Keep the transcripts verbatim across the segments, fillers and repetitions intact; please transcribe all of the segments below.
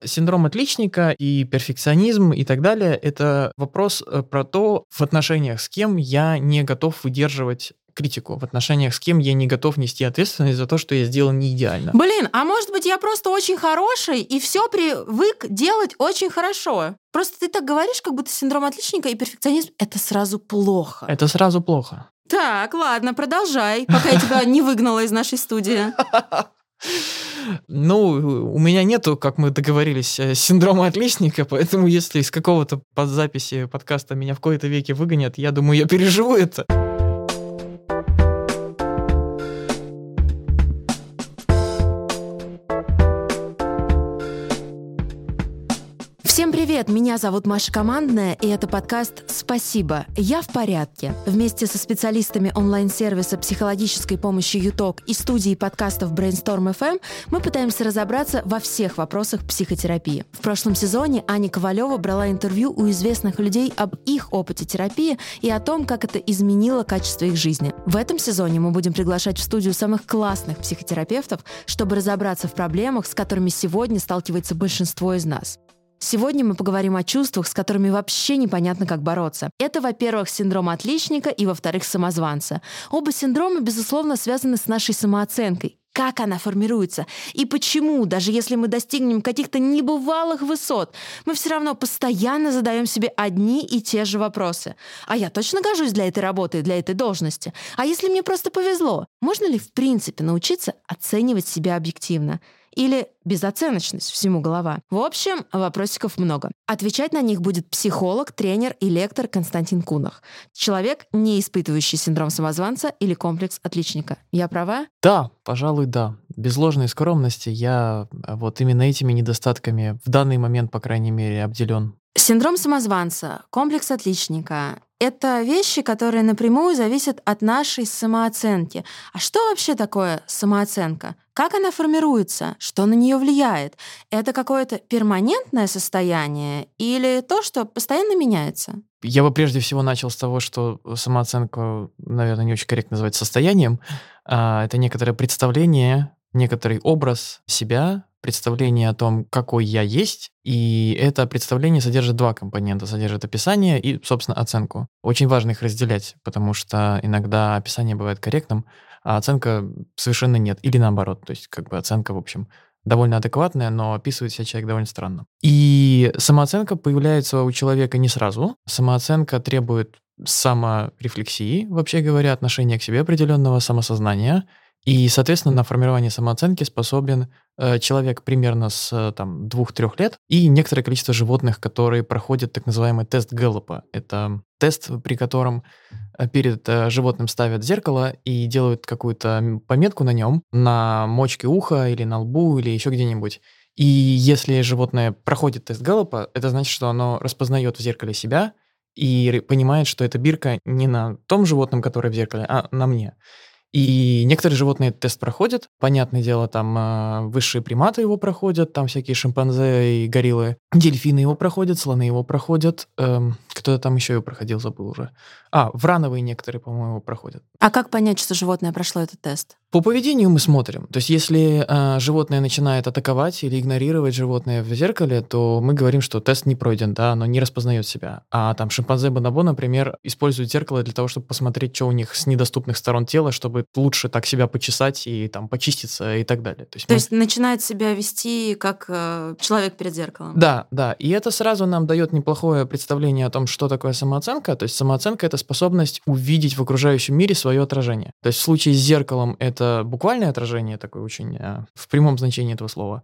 Синдром отличника и перфекционизм и так далее — это вопрос э, про то, в отношениях с кем я не готов выдерживать критику, в отношениях с кем я не готов нести ответственность за то, что я сделал не идеально. Блин, а может быть, я просто очень хороший и все привык делать очень хорошо? Просто ты так говоришь, как будто синдром отличника и перфекционизм — это сразу плохо. Это сразу плохо. Так, ладно, продолжай, пока я тебя не выгнала из нашей студии. Ну, у меня нету, как мы договорились, э, синдрома отличника, поэтому если из какого-то подзаписи подкаста меня в кои-то веки выгонят, я думаю, я переживу это. Всем привет, меня зовут Маша Командная, и это подкаст «Спасибо, я в порядке». Вместе со специалистами онлайн-сервиса психологической помощи ЮТОК и студии подкастов Brainstorm эф эм мы пытаемся разобраться во всех вопросах психотерапии. В прошлом сезоне Аня Ковалева брала интервью у известных людей об их опыте терапии и о том, как это изменило качество их жизни. В этом сезоне мы будем приглашать в студию самых классных психотерапевтов, чтобы разобраться в проблемах, с которыми сегодня сталкивается большинство из нас. Сегодня мы поговорим о чувствах, с которыми вообще непонятно, как бороться. Это, во-первых, синдром отличника и, во-вторых, самозванца. Оба синдрома, безусловно, связаны с нашей самооценкой. Как она формируется и почему, даже если мы достигнем каких-то небывалых высот, мы все равно постоянно задаем себе одни и те же вопросы. А я точно гожусь для этой работы, для этой должности? А если мне просто повезло? Можно ли в принципе научиться оценивать себя объективно? Или безоценочность, всему голова? В общем, вопросиков много. Отвечать на них будет психолог, тренер и лектор Константин Кунах. Человек, не испытывающий синдром самозванца или комплекс отличника. Я права? Да, пожалуй, да. Без ложной скромности я вот именно этими недостатками в данный момент, по крайней мере, обделен. Синдром самозванца, комплекс отличника — это вещи, которые напрямую зависят от нашей самооценки. А что вообще такое самооценка? Как она формируется? Что на нее влияет? Это какое-то перманентное состояние или то, что постоянно меняется? Я бы прежде всего начал с того, что самооценку, наверное, не очень корректно называть состоянием. А, Это некоторое представление, некоторый образ себя, представление о том, какой я есть, и это представление содержит два компонента. Содержит описание и, собственно, оценку. Очень важно их разделять, потому что иногда описание бывает корректным, а оценка совершенно нет. Или наоборот. То есть как бы оценка, в общем, довольно адекватная, но описывает себя человек довольно странно. И самооценка появляется у человека не сразу. Самооценка требует саморефлексии, вообще говоря, отношения к себе определенного, самосознания. И, соответственно, на формирование самооценки способен э, человек примерно с э, там, двух-трех лет и некоторое количество животных, которые проходят так называемый тест Гэллопа. Это тест, при котором э, перед э, животным ставят зеркало и делают какую-то пометку на нем, на мочке уха или на лбу или еще где-нибудь. И если животное проходит тест Гэллопа, это значит, что оно распознает в зеркале себя и понимает, что эта бирка не на том животном, которое в зеркале, а на мне. И некоторые животные этот тест проходят. Понятное дело, там э, высшие приматы его проходят, там всякие шимпанзе и гориллы. Дельфины его проходят, слоны его проходят. Эм, кто-то там еще его проходил, забыл уже. А, врановые некоторые, по-моему, его проходят. А как понять, что животное прошло этот тест? По поведению мы смотрим. То есть если э, животное начинает атаковать или игнорировать животное в зеркале, то мы говорим, что тест не пройден, да, оно не распознает себя. А там шимпанзе бонобо, например, используют зеркало для того, чтобы посмотреть, что у них с недоступных сторон тела, чтобы лучше так себя почесать и там почиститься и так далее. То есть, То мы... есть начинает себя вести как э, человек перед зеркалом. Да, да. И это сразу нам дает неплохое представление о том, что такое самооценка. То есть самооценка — это способность увидеть в окружающем мире свое отражение. То есть в случае с зеркалом это буквальное отражение, такое очень э, в прямом значении этого слова.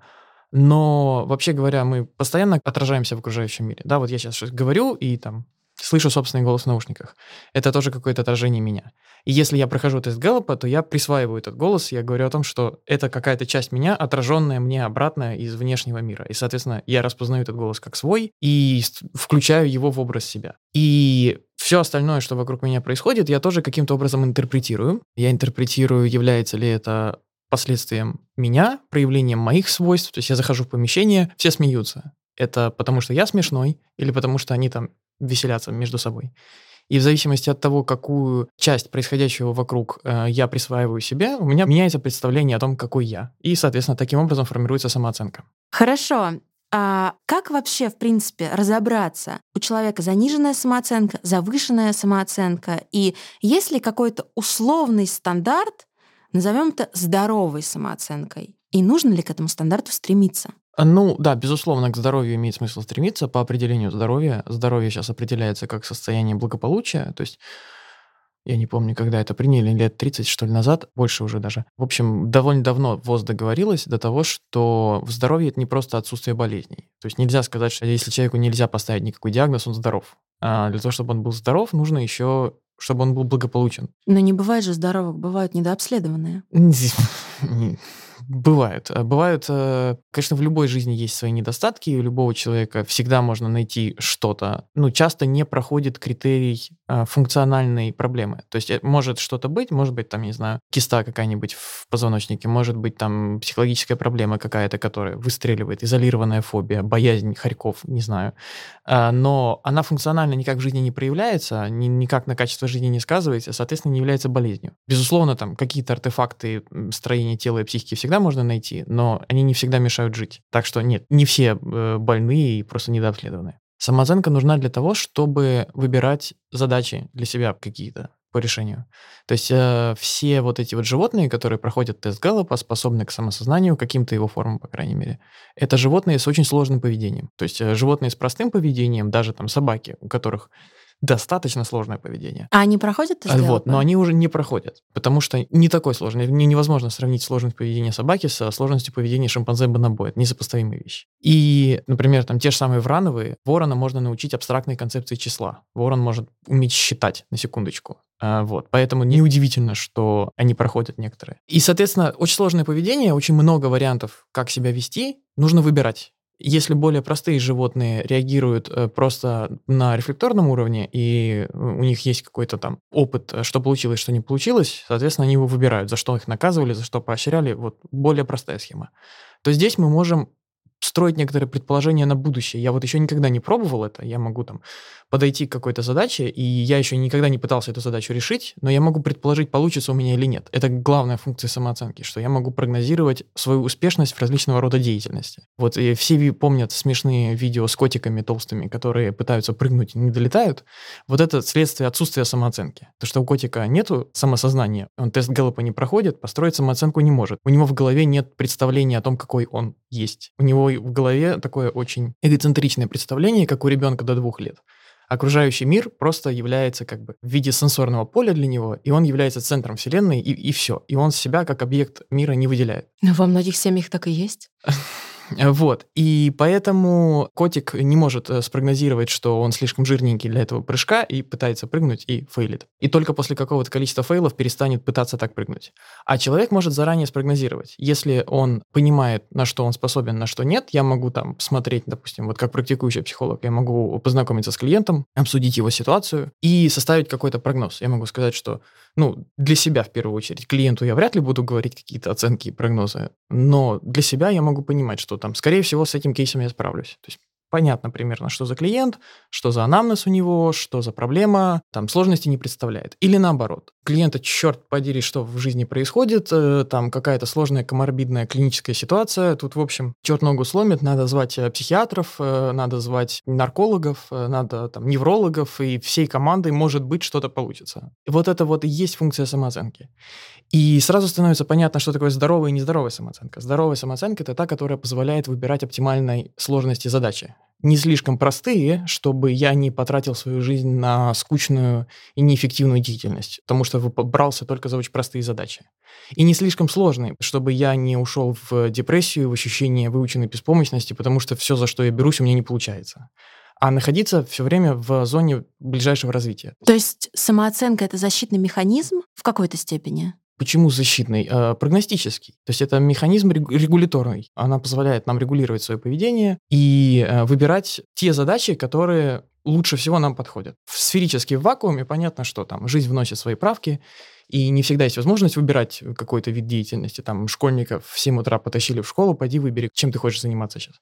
Но вообще говоря, мы постоянно отражаемся в окружающем мире. Да, вот я сейчас что-то говорю и там слышу собственный голос в наушниках. Это тоже какое-то отражение меня. И если я прохожу тест Гэллопа, то я присваиваю этот голос, я говорю о том, что это какая-то часть меня, отраженная мне обратно из внешнего мира. И, соответственно, я распознаю этот голос как свой и включаю его в образ себя. И все остальное, что вокруг меня происходит, я тоже каким-то образом интерпретирую. Я интерпретирую, является ли это последствием меня, проявлением моих свойств. То есть я захожу в помещение, все смеются. Это потому что я смешной или потому что они там веселятся между собой. И в зависимости от того, какую часть происходящего вокруг э, я присваиваю себе, у меня меняется представление о том, какой я. И, соответственно, таким образом формируется самооценка. Хорошо. А как вообще, в принципе, разобраться, у человека заниженная самооценка, завышенная самооценка, и есть ли какой-то условный стандарт, назовем это здоровой самооценкой, и нужно ли к этому стандарту стремиться? Ну да, безусловно, к здоровью имеет смысл стремиться по определению здоровья. Здоровье сейчас определяется как состояние благополучия, то есть я не помню, когда это приняли, лет тридцать, что ли, назад, больше уже даже. В общем, довольно давно ВОЗ договорилась до того, что в здоровье это не просто отсутствие болезней. То есть нельзя сказать, что если человеку нельзя поставить никакой диагноз, он здоров. А для того, чтобы он был здоров, нужно еще, чтобы он был благополучен. Но не бывает же здоровых, бывают недообследованные. Бывают. Бывают, конечно, в любой жизни есть свои недостатки, и у любого человека всегда можно найти что-то. Ну, часто не проходит критерий функциональной проблемы. То есть может что-то быть, может быть, там, не знаю, киста какая-нибудь в позвоночнике, может быть, там психологическая проблема какая-то, которая выстреливает, изолированная фобия, боязнь хорьков, не знаю. Но она функционально никак в жизни не проявляется, никак на качество жизни не сказывается, соответственно, не является болезнью. Безусловно, там какие-то артефакты строения тела и психики всегда можно найти, но они не всегда мешают жить. Так что нет, не все больные и просто недообследованные. Самооценка нужна для того, чтобы выбирать задачи для себя какие-то по решению. То есть э, все вот эти вот животные, которые проходят тест Галлопа, способны к самосознанию, каким-то его формам, по крайней мере, это животные с очень сложным поведением. То есть э, животные с простым поведением, даже там собаки, у которых достаточно сложное поведение. А они проходят тест Галлопа? Вот, но они уже не проходят, потому что не такой сложный. Невозможно сравнить сложность поведения собаки со сложностью поведения шимпанзе-бонобо. Это несопоставимые вещи. И, например, там те же самые врановые, ворона можно научить абстрактной концепции числа. Ворон может уметь считать, на секундочку. А, вот, поэтому неудивительно, что они проходят некоторые. И, соответственно, очень сложное поведение, очень много вариантов, как себя вести, нужно выбирать. Если более простые животные реагируют э, просто на рефлекторном уровне, и у них есть какой-то там опыт, что получилось, что не получилось, соответственно, они его выбирают, за что их наказывали, за что поощряли. Вот более простая схема. То здесь мы можем строить некоторые предположения на будущее. Я вот еще никогда не пробовал это. Я могу там подойти к какой-то задаче, и я еще никогда не пытался эту задачу решить, но я могу предположить, получится у меня или нет. Это главная функция самооценки, что я могу прогнозировать свою успешность в различного рода деятельности. Вот и все помнят смешные видео с котиками толстыми, которые пытаются прыгнуть и не долетают. Вот это следствие отсутствия самооценки. То, что у котика нету самосознания, он тест Гэллопа не проходит, построить самооценку не может. У него в голове нет представления о том, какой он есть. У него в голове такое очень эгоцентричное представление, как у ребенка до двух лет. Окружающий мир просто является как бы в виде сенсорного поля для него, и он является центром вселенной, и, и все. И он себя как объект мира не выделяет. Но во многих семьях так и есть. Вот. И поэтому котик не может спрогнозировать, что он слишком жирненький для этого прыжка, и пытается прыгнуть, и фейлит. И только после какого-то количества фейлов перестанет пытаться так прыгнуть. А человек может заранее спрогнозировать. Если он понимает, на что он способен, на что нет, я могу там посмотреть, допустим, вот как практикующий психолог, я могу познакомиться с клиентом, обсудить его ситуацию и составить какой-то прогноз. Я могу сказать, что, ну, для себя в первую очередь, клиенту я вряд ли буду говорить какие-то оценки и прогнозы, но для себя я могу понимать, что там, скорее всего, с этим кейсом я справлюсь. То есть понятно примерно, что за клиент, что за анамнез у него, что за проблема, там сложности не представляет. Или наоборот, клиента, черт подери, что в жизни происходит, там какая-то сложная коморбидная клиническая ситуация, тут, в общем, черт ногу сломит, надо звать психиатров, надо звать наркологов, надо там неврологов, и всей командой, может быть, что-то получится. И вот это вот и есть функция самооценки. И сразу становится понятно, что такое здоровая и нездоровая самооценка. Здоровая самооценка – это та, которая позволяет выбирать оптимальной сложности задачи. Не слишком простые, чтобы я не потратил свою жизнь на скучную и неэффективную деятельность, потому что брался только за очень простые задачи. И не слишком сложные, чтобы я не ушел в депрессию, в ощущение выученной беспомощности, потому что все, за что я берусь, у меня не получается. А находиться все время в зоне ближайшего развития. То есть самооценка – это защитный механизм в какой-то степени? Почему защитный? Э, прогностический. То есть это механизм регуляторный. Она позволяет нам регулировать свое поведение и э, выбирать те задачи, которые лучше всего нам подходят. В сферически в вакууме понятно, что там жизнь вносит свои правки, и не всегда есть возможность выбирать какой-то вид деятельности. Там школьников в семь утра потащили в школу, пойди выбери, чем ты хочешь заниматься сейчас.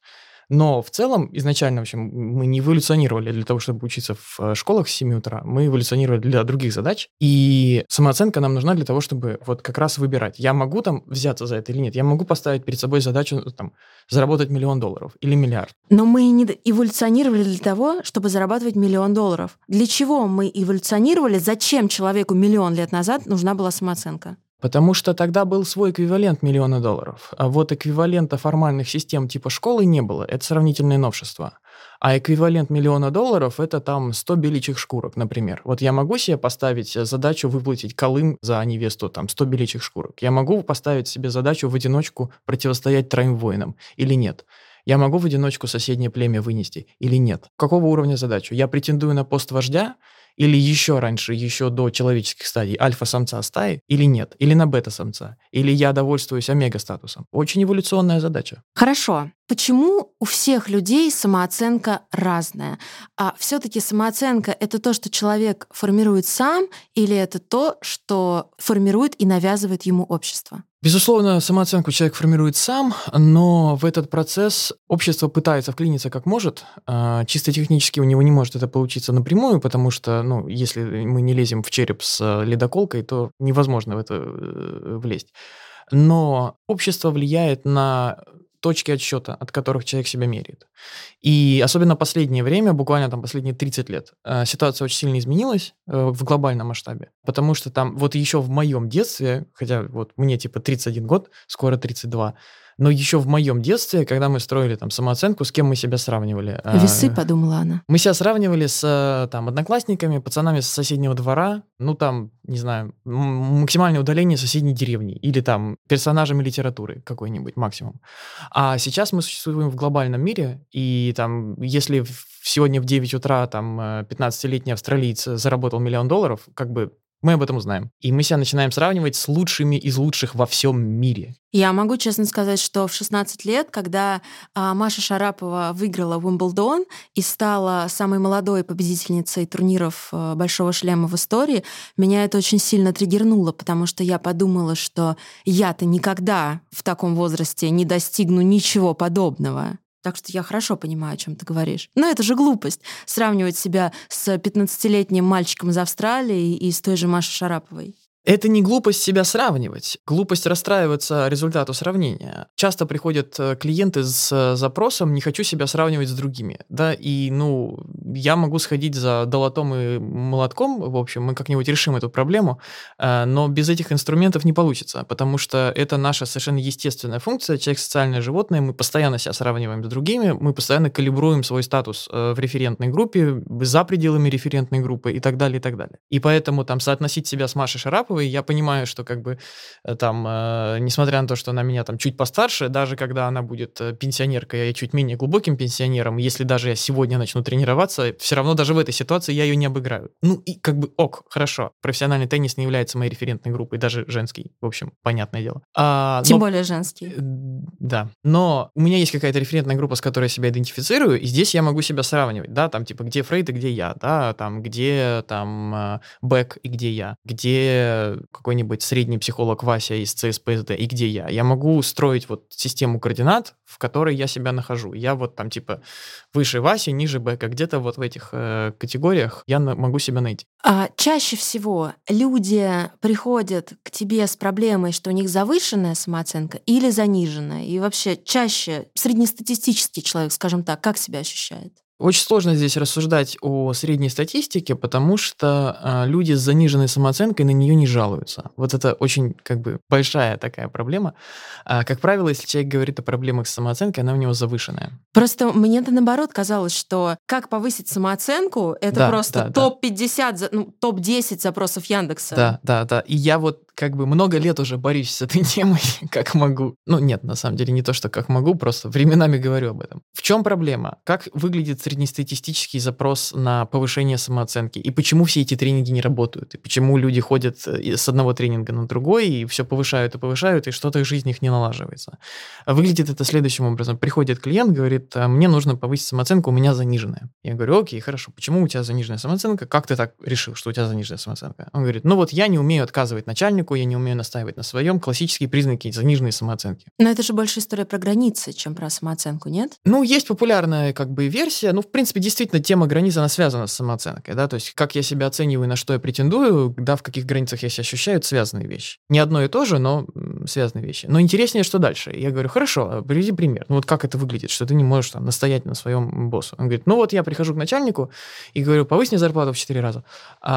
Но в целом, изначально, в общем, мы не эволюционировали для того, чтобы учиться в школах с семи утра. Мы эволюционировали для других задач. И самооценка нам нужна для того, чтобы вот как раз выбирать. Я могу там взяться за это или нет? Я могу поставить перед собой задачу там, заработать миллион долларов или миллиард. Но мы не эволюционировали для того, чтобы зарабатывать миллион долларов. Для чего мы эволюционировали? Зачем человеку миллион лет назад нужна была самооценка? Потому что тогда был свой эквивалент миллиона долларов. А вот эквивалента формальных систем типа школы не было. Это сравнительные новшества. А эквивалент миллиона долларов – это там сто беличьих шкурок, например. Вот я могу себе поставить задачу выплатить Колым за невесту, там, сто беличьих шкурок. Я могу поставить себе задачу в одиночку противостоять троим воинам или нет? Я могу в одиночку соседнее племя вынести или нет? Какого уровня задачу? Я претендую на пост вождя или еще раньше, еще до человеческих стадий, альфа-самца стаи или нет? Или на бета-самца? Или я довольствуюсь омега-статусом? Очень эволюционная задача. Хорошо. Почему у всех людей самооценка разная? А все-таки самооценка — это то, что человек формирует сам, или это то, что формирует и навязывает ему общество? Безусловно, самооценку человек формирует сам, но в этот процесс общество пытается вклиниться как может. Чисто технически у него не может это получиться напрямую, потому что, ну, если мы не лезем в череп с ледоколкой, то невозможно в это влезть. Но общество влияет на точки отсчета, от которых человек себя меряет. И особенно последнее время, буквально там последние тридцать лет, ситуация очень сильно изменилась в глобальном масштабе, потому что там вот еще в моем детстве, хотя вот мне типа тридцать один год, скоро тридцать два, но еще в моем детстве, когда мы строили там самооценку, с кем мы себя сравнивали? Весы, подумала она. Мы себя сравнивали с там одноклассниками, пацанами с соседнего двора, ну там, не знаю, максимальное удаление соседней деревни или там персонажами литературы какой-нибудь максимум. А сейчас мы существуем в глобальном мире, и там, если сегодня в девять утра там пятнадцатилетний австралиец заработал миллион долларов, как бы мы об этом узнаем. И мы себя начинаем сравнивать с лучшими из лучших во всем мире. Я могу честно сказать, что в шестнадцать лет, когда а, Маша Шарапова выиграла Уимблдон и стала самой молодой победительницей турниров а, «Большого шлема» в истории, меня это очень сильно триггернуло, потому что я подумала, что я-то никогда в таком возрасте не достигну ничего подобного. Так что я хорошо понимаю, о чем ты говоришь. Но это же глупость — сравнивать себя с пятнадцатилетним мальчиком из Австралии и с той же Машей Шараповой. Это не глупость себя сравнивать, глупость расстраиваться результату сравнения. Часто приходят клиенты с запросом «не хочу себя сравнивать с другими». Да, и, ну, я могу сходить за долотом и молотком, в общем, мы как-нибудь решим эту проблему, но без этих инструментов не получится, потому что это наша совершенно естественная функция, человек — социальное животное, мы постоянно себя сравниваем с другими, мы постоянно калибруем свой статус в референтной группе, за пределами референтной группы и так далее, и так далее. И поэтому там соотносить себя с Машей Шараповой, я понимаю, что как бы там, э, несмотря на то, что она меня там чуть постарше, даже когда она будет пенсионеркой, я чуть менее глубоким пенсионером, если даже я сегодня начну тренироваться, все равно даже в этой ситуации я ее не обыграю. Ну и как бы ок, хорошо. Профессиональный теннис не является моей референтной группой, даже женский, в общем, понятное дело. А, Тем но, более женский. Да. Но у меня есть какая-то референтная группа, с которой я себя идентифицирую, и здесь я могу себя сравнивать, да, там типа где Фрейд и где я, да, там где там Бек и где я, где какой-нибудь средний психолог Вася из си эс пи эс ди и где я. Я могу строить вот систему координат, в которой я себя нахожу. Я вот там типа выше Васи, ниже Бека, где-то вот в этих э, категориях я на- могу себя найти. А чаще всего люди приходят к тебе с проблемой, что у них завышенная самооценка или заниженная? И вообще чаще среднестатистический человек, скажем так, как себя ощущает? Очень сложно здесь рассуждать о средней статистике, потому что э, люди с заниженной самооценкой на нее не жалуются. Вот это очень как бы большая такая проблема. А, как правило, если человек говорит о проблемах с самооценкой, она у него завышенная. Просто мне-то наоборот казалось, что как повысить самооценку, это Да, просто да, да. топ пятьдесят, за- ну, топ десять запросов Яндекса. Да, да, да. И я вот как бы много лет уже борюсь с этой темой, как могу. Ну нет, на самом деле не то, что как могу, просто временами говорю об этом. В чем проблема? Как выглядит среднестатистический запрос на повышение самооценки, и почему все эти тренинги не работают, и почему люди ходят с одного тренинга на другой, и все повышают и повышают, и что-то в жизни их не налаживается. Выглядит это следующим образом. Приходит клиент, говорит, мне нужно повысить самооценку, у меня заниженная. Я говорю, окей, хорошо, почему у тебя заниженная самооценка? Как ты так решил, что у тебя заниженная самооценка? Он говорит, ну вот я не умею отказывать начальнику, я не умею настаивать на своем, классические признаки заниженной самооценки. Но это же больше история про границы, чем про самооценку, нет? Ну, есть популярная как бы версия, ну, в принципе, действительно, тема границ, она связана с самооценкой, да, то есть как я себя оцениваю, на что я претендую, да, в каких границах я себя ощущаю, это связанные вещи. Не одно и то же, но связанные вещи. Но интереснее, что дальше. Я говорю, хорошо, приведи пример. Ну, вот как это выглядит, что ты не можешь там настоять на своем боссу. Он говорит, ну, вот я прихожу к начальнику и говорю, повысь мне зарплату в четыре раза,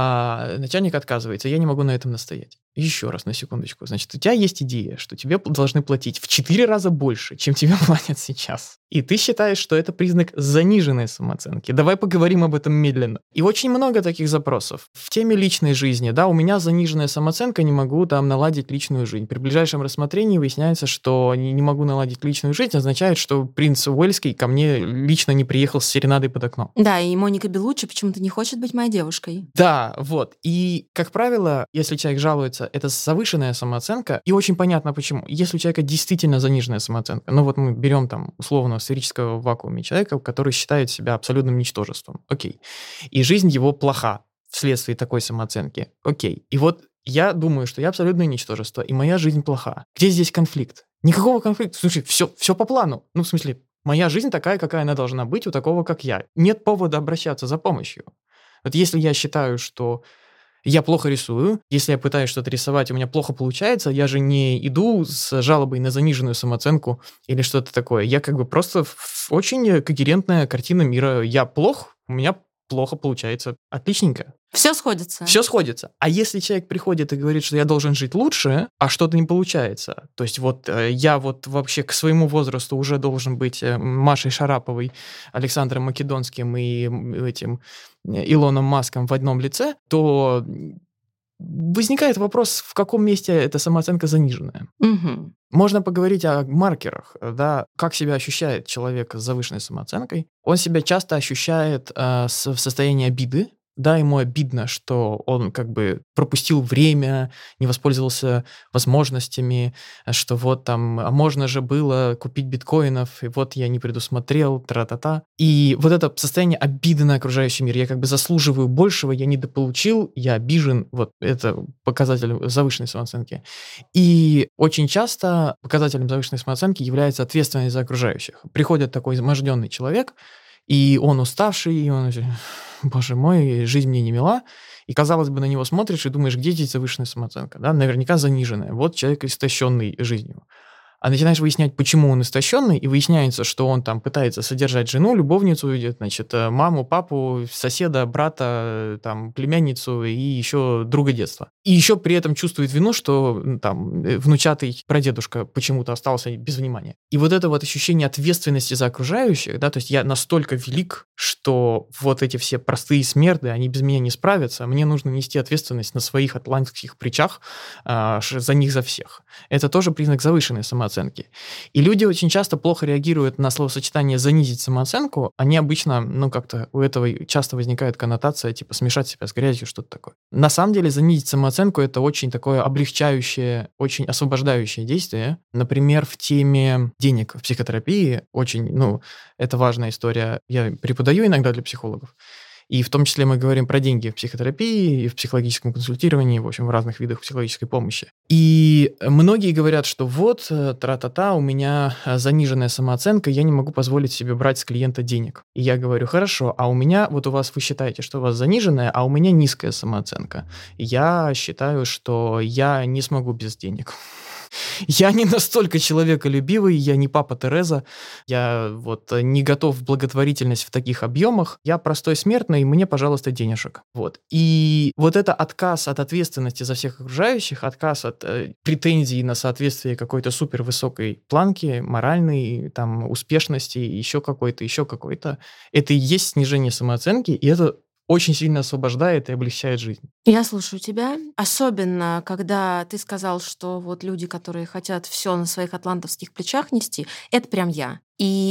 а начальник отказывается, я не могу на этом настоять. Еще раз, на секундочку. Значит, у тебя есть идея, что тебе должны платить в четыре раза больше, чем тебе платят сейчас. И ты считаешь, что это признак заниженной самооценки. Давай поговорим об этом медленно. И очень много таких запросов. В теме личной жизни, да, у меня заниженная самооценка, не могу там наладить личную жизнь. При ближайшем рассмотрении выясняется, что не, не могу наладить личную жизнь, означает, что принц Уэльский ко мне лично не приехал с серенадой под окном. Да, и Моника Беллуччи почему-то не хочет быть моей девушкой. Да, вот. И, как правило, если человек жалуется, это завышенная самооценка, и очень понятно почему. Если у человека действительно заниженная самооценка, ну вот мы берем там условно в сферическом вакууме человека, который считает себя абсолютным ничтожеством, окей. И жизнь его плоха вследствие такой самооценки, окей. И вот я думаю, что я абсолютное ничтожество, и моя жизнь плоха. Где здесь конфликт? Никакого конфликта. Слушай, все, все по плану. Ну, в смысле, моя жизнь такая, какая она должна быть у такого, как я. Нет повода обращаться за помощью. Вот если я считаю, что я плохо рисую, если я пытаюсь что-то рисовать, у меня плохо получается, я же не иду с жалобой на заниженную самооценку или что-то такое. Я как бы просто очень когерентная картина мира. Я плох, у меня плохо получается. Отличненько. Все сходится. Все сходится. А если человек приходит и говорит, что я должен жить лучше, а что-то не получается, то есть вот э, я вот вообще к своему возрасту уже должен быть э, Машей Шараповой, Александром Македонским и этим Илоном Маском в одном лице, то возникает вопрос, в каком месте эта самооценка заниженная. Угу. Можно поговорить о маркерах, да, как себя ощущает человек с завышенной самооценкой. Он себя часто ощущает э, с, в состоянии обиды. Да, ему обидно, что он как бы пропустил время, не воспользовался возможностями, что вот там, а можно же было купить биткоинов, и вот я не предусмотрел, тра-та-та. И вот это состояние обиды на окружающий мир, я как бы заслуживаю большего, я недополучил, я обижен, вот это показатель завышенной самооценки. И очень часто показателем завышенной самооценки является ответственность за окружающих. Приходит такой изможденный человек, и он уставший, и он, боже мой, жизнь мне не мила. И, казалось бы, на него смотришь и думаешь, где здесь завышенная самооценка? Да? Наверняка заниженная. Вот человек истощенный жизнью. А начинаешь выяснять, почему он истощенный, и выясняется, что он там пытается содержать жену, любовницу, значит, маму, папу, соседа, брата, там, племянницу и еще друга детства. И еще при этом чувствует вину, что там внучатый прадедушка почему-то остался без внимания. И вот это вот ощущение ответственности за окружающих, да, то есть я настолько велик, что вот эти все простые смерды, они без меня не справятся, мне нужно нести ответственность на своих атлантских плечах а, за них за всех. Это тоже признак завышенной самооценки. Оценки. И люди очень часто плохо реагируют на словосочетание «занизить самооценку». Они обычно, ну, как-то у этого часто возникает коннотация, типа смешать себя с грязью, что-то такое. На самом деле занизить самооценку – это очень такое облегчающее, очень освобождающее действие. Например, в теме денег в психотерапии очень, ну, это важная история. Я преподаю иногда для психологов. И в том числе мы говорим про деньги в психотерапии, и в психологическом консультировании, в общем, в разных видах психологической помощи. И многие говорят, что вот, тра-та-та, у меня заниженная самооценка, я не могу позволить себе брать с клиента денег. И я говорю, хорошо, а у меня, вот у вас вы считаете, что у вас заниженная, а у меня низкая самооценка. Я считаю, что я не смогу без денег. Я не настолько человеколюбивый, я не папа Тереза, я вот не готов в благотворительность в таких объемах, я простой смертный, мне, пожалуйста, денежек. Вот. И вот это отказ от ответственности за всех окружающих, отказ от э, претензий на соответствие какой-то супервысокой планке, моральной, там, успешности, еще какой-то, еще какой-то, это и есть снижение самооценки, и это очень сильно освобождает и облегчает жизнь. Я слушаю тебя. Особенно, когда ты сказал, что вот люди, которые хотят все на своих атлантовских плечах нести, это прям я.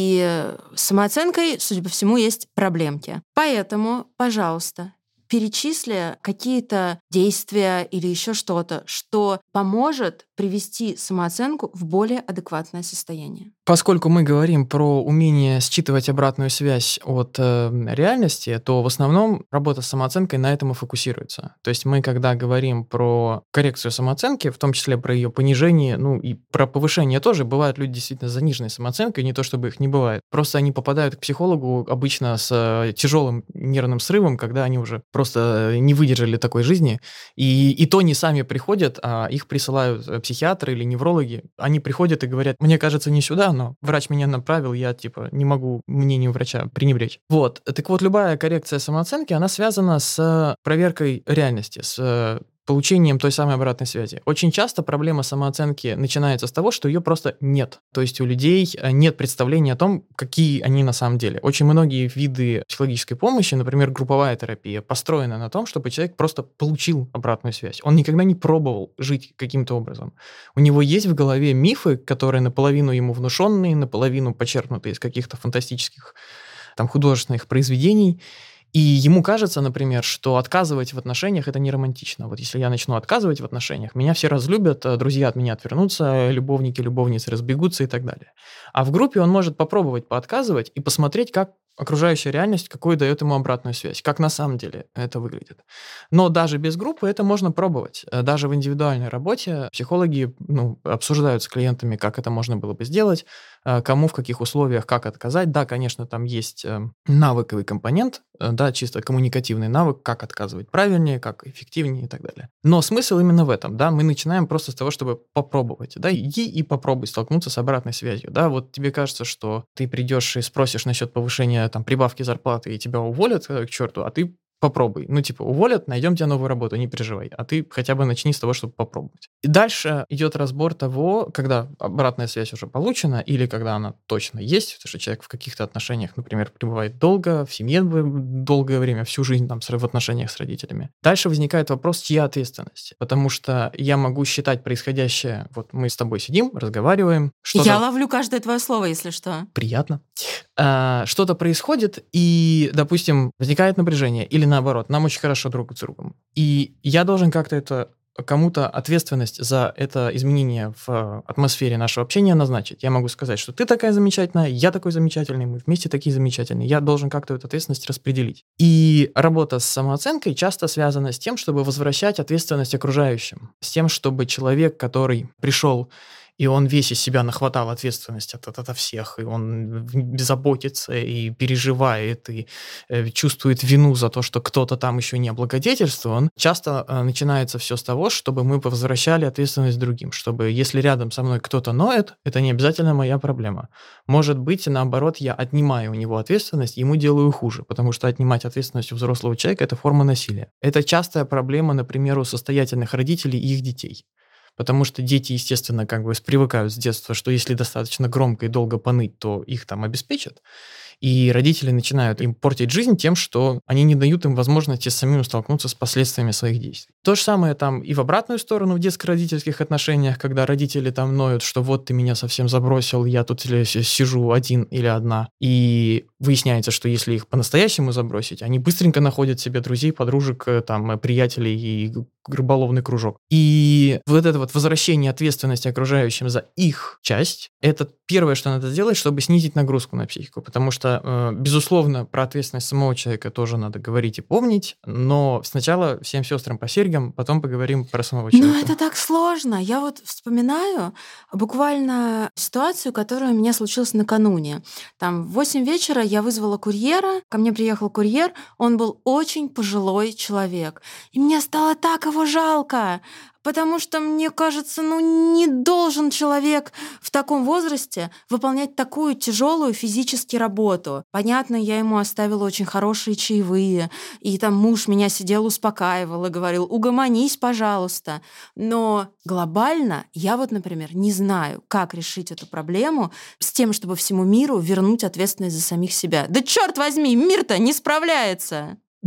И с самооценкой, судя по всему, есть проблемки. Поэтому, пожалуйста, перечисли какие-то действия или еще что-то, что поможет привести самооценку в более адекватное состояние. Поскольку мы говорим про умение считывать обратную связь от э, реальности, то в основном работа с самооценкой на этом и фокусируется. То есть мы, когда говорим про коррекцию самооценки, в том числе про ее понижение, ну и про повышение тоже, бывают люди действительно с заниженной самооценкой, не то чтобы их не бывает. Просто они попадают к психологу обычно с э, тяжелым нервным срывом, когда они уже просто не выдержали такой жизни, и, и то не сами приходят, а их присылают психиатры или неврологи. Они приходят и говорят: мне кажется, не сюда, но врач меня направил, я типа не могу мнению врача пренебречь. Вот. Так вот, любая коррекция самооценки, она связана с проверкой реальности, с получением той самой обратной связи. Очень часто проблема самооценки начинается с того, что ее просто нет. То есть у людей нет представления о том, какие они на самом деле. Очень многие виды психологической помощи, например, групповая терапия, построена на том, чтобы человек просто получил обратную связь. Он никогда не пробовал жить каким-то образом. У него есть в голове мифы, которые наполовину ему внушенные, наполовину почерпнутые из каких-то фантастических там, художественных произведений. И ему кажется, например, что отказывать в отношениях – это не романтично. Вот если я начну отказывать в отношениях, меня все разлюбят, друзья от меня отвернутся, любовники, любовницы разбегутся и так далее. А в группе он может попробовать поотказывать и посмотреть, как окружающая реальность, какую дает ему обратную связь, как на самом деле это выглядит. Но даже без группы это можно пробовать. Даже в индивидуальной работе психологи ну, обсуждают с клиентами, как это можно было бы сделать, кому в каких условиях, как отказать. Да, конечно, там есть навыковый компонент, да, чисто коммуникативный навык, как отказывать правильнее, как эффективнее и так далее. Но смысл именно в этом, да, мы начинаем просто с того, чтобы попробовать, да, иди и попробуй столкнуться с обратной связью, да, вот тебе кажется, что ты придешь и спросишь насчет повышения там прибавки зарплаты и тебя уволят к черту, а ты попробуй. Ну, типа, уволят, найдем тебе новую работу, не переживай. А ты хотя бы начни с того, чтобы попробовать. И дальше идет разбор того, когда обратная связь уже получена, или когда она точно есть, потому что человек в каких-то отношениях, например, пребывает долго, в семье долгое время, всю жизнь там в отношениях с родителями. Дальше возникает вопрос, чья ответственность. Потому что я могу считать происходящее, вот мы с тобой сидим, разговариваем. Что-то... Я ловлю каждое твое слово, если что. Приятно. А, что-то происходит, и, допустим, возникает напряжение, или наоборот, нам очень хорошо друг с другом. И я должен как-то это кому-то ответственность за это изменение в атмосфере нашего общения назначить. Я могу сказать, что ты такая замечательная, я такой замечательный, мы вместе такие замечательные. Я должен как-то эту ответственность распределить. И работа с самооценкой часто связана с тем, чтобы возвращать ответственность окружающим. С тем, чтобы человек, который пришел и он весь из себя нахватал ответственность от, от, от всех, и он заботится, и переживает, и э, чувствует вину за то, что кто-то там еще не облагодетельствован. Часто э, начинается все с того, чтобы мы возвращали ответственность другим, чтобы если рядом со мной кто-то ноет, это не обязательно моя проблема. Может быть, наоборот, я отнимаю у него ответственность, ему делаю хуже, потому что отнимать ответственность у взрослого человека – это форма насилия. Это частая проблема, например, у состоятельных родителей и их детей. Потому что дети, естественно, как бы привыкают с детства, что если достаточно громко и долго поныть, то их там обеспечат. И родители начинают им портить жизнь тем, что они не дают им возможности самим столкнуться с последствиями своих действий. То же самое там и в обратную сторону в детско-родительских отношениях, когда родители там ноют, что вот ты меня совсем забросил, я тут сижу один или одна. И выясняется, что если их по-настоящему забросить, они быстренько находят себе друзей, подружек, там, приятелей и рыболовный кружок. И вот это вот возвращение ответственности окружающим за их часть, это первое, что надо сделать, чтобы снизить нагрузку на психику. Потому что, э, безусловно, про ответственность самого человека тоже надо говорить и помнить, но сначала всем сестрам по серьгам, потом поговорим про самого человека. Ну, это так сложно. Я вот вспоминаю буквально ситуацию, которая у меня случилась накануне. Там в восемь вечера я вызвала курьера, ко мне приехал курьер, он был очень пожилой человек. И мне стало так его жалко, потому что, мне кажется, ну не должен человек в таком возрасте выполнять такую тяжелую физически работу. Понятно, я ему оставила очень хорошие чаевые, и там муж меня сидел, успокаивал и говорил: угомонись, пожалуйста. Но глобально я вот, например, не знаю, как решить эту проблему с тем, чтобы всему миру вернуть ответственность за самих себя. Да черт возьми, мир-то не справляется! Да.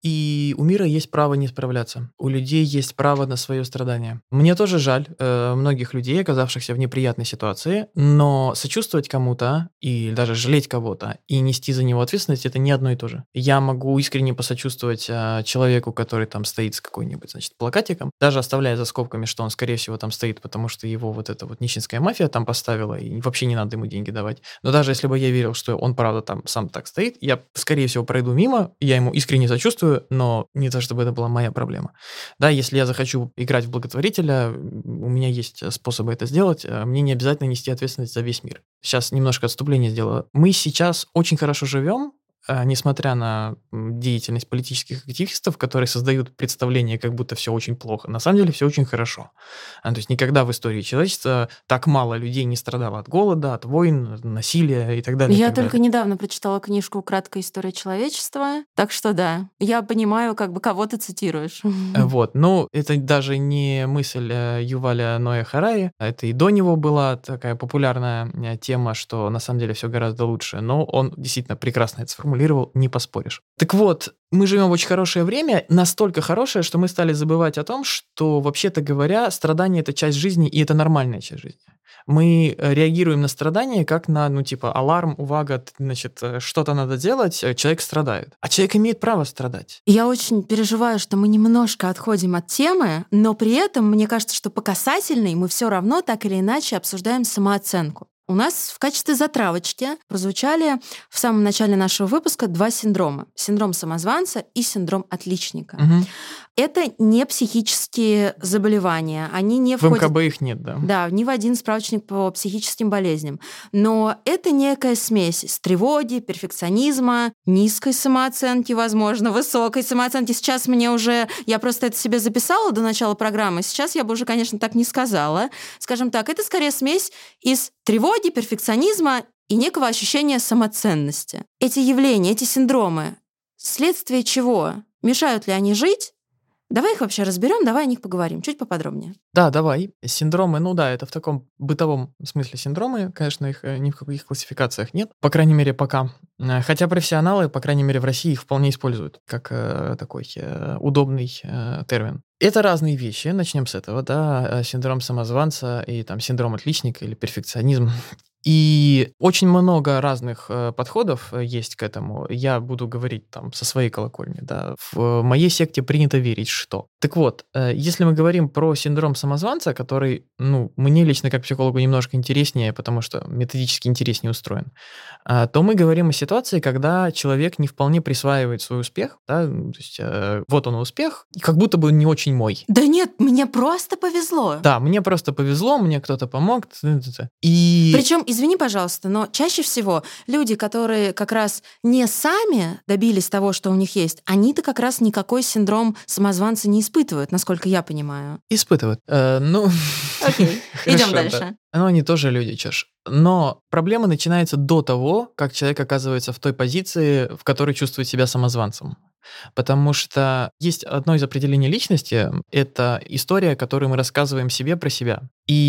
И у мира есть право не справляться. У людей есть право на свое страдание. Мне тоже жаль э, многих людей, оказавшихся в неприятной ситуации, но сочувствовать кому-то и даже жалеть кого-то и нести за него ответственность – это не одно и то же. Я могу искренне посочувствовать э, человеку, который там стоит с какой-нибудь, значит, плакатиком, даже оставляя за скобками, что он, скорее всего, там стоит, потому что его вот эта вот нищенская мафия там поставила, и вообще не надо ему деньги давать. Но даже если бы я верил, что он, правда, там сам так стоит, я, скорее всего, пройду мимо, я ему искренне сочувствую, но не то, чтобы это была моя проблема. Да, если я захочу играть в благотворителя, у меня есть способы это сделать, мне не обязательно нести ответственность за весь мир. Сейчас немножко отступление сделаю. Мы сейчас очень хорошо живем, несмотря на деятельность политических активистов, которые создают представление, как будто все очень плохо. На самом деле все очень хорошо. То есть никогда в истории человечества так мало людей не страдало от голода, от войн, насилия и так далее. Я так только далее. недавно прочитала книжку «Краткая история человечества», так что да, я понимаю, как бы кого ты цитируешь. Вот, ну, это даже не мысль Юваля Ноя Харари, это и до него была такая популярная тема, что на самом деле все гораздо лучше, но он действительно прекрасно это сформулировал, не поспоришь. Так вот, мы живем в очень хорошее время, настолько хорошее, что мы стали забывать о том, что, вообще-то говоря, страдание – это часть жизни, и это нормальная часть жизни. Мы реагируем на страдания как на, ну, типа, аларм, увага, значит, что-то надо делать, человек страдает. А человек имеет право страдать. Я очень переживаю, что мы немножко отходим от темы, но при этом мне кажется, что по касательной мы все равно так или иначе обсуждаем самооценку. У нас в качестве затравочки прозвучали в самом начале нашего выпуска два синдрома. Синдром самозванца и синдром отличника. Угу. Это не психические заболевания. Они не В входят... МКБ их нет, да. Да, ни в один справочник по психическим болезням. Но это некая смесь с тревоги, перфекционизма, низкой самооценки, возможно, высокой самооценки. Сейчас мне уже... Я просто это себе записала до начала программы. Сейчас я бы уже, конечно, так не сказала. Скажем так, это скорее смесь из тревоги, перфекционизма и некого ощущения самоценности. Эти явления, эти синдромы, следствие чего? Мешают ли они жить? Давай их вообще разберем, давай о них поговорим чуть поподробнее. Да, давай. Синдромы, ну да, это в таком бытовом смысле синдромы. Конечно, их ни в каких классификациях нет. По крайней мере, пока. Хотя профессионалы, по крайней мере, в России их вполне используют как э, такой э, удобный э, термин. Это разные вещи. Начнем с этого, да. Синдром самозванца и там синдром отличника или перфекционизм. И очень много разных э, подходов есть к этому. Я буду говорить там со своей колокольни. Да. В моей секте принято верить, что. Так вот, э, если мы говорим про синдром самозванца, который, ну, мне лично как психологу немножко интереснее, потому что методически интереснее устроен, э, то мы говорим о ситуации, когда человек не вполне присваивает свой успех. Да, то есть э, вот он успех, и как будто бы не очень мой. Да нет, мне просто повезло. Да, мне просто повезло, мне кто-то помог. И... Причем, извини, пожалуйста, но чаще всего люди, которые как раз не сами добились того, что у них есть, они-то как раз никакой синдром самозванца не испытывают, насколько я понимаю. Испытывают. Э, ну... Окей, идем дальше. Да. Ну, они тоже люди, чеш. Но проблема начинается до того, как человек оказывается в той позиции, в которой чувствует себя самозванцем. Потому что есть одно из определений личности – это история, которую мы рассказываем себе про себя.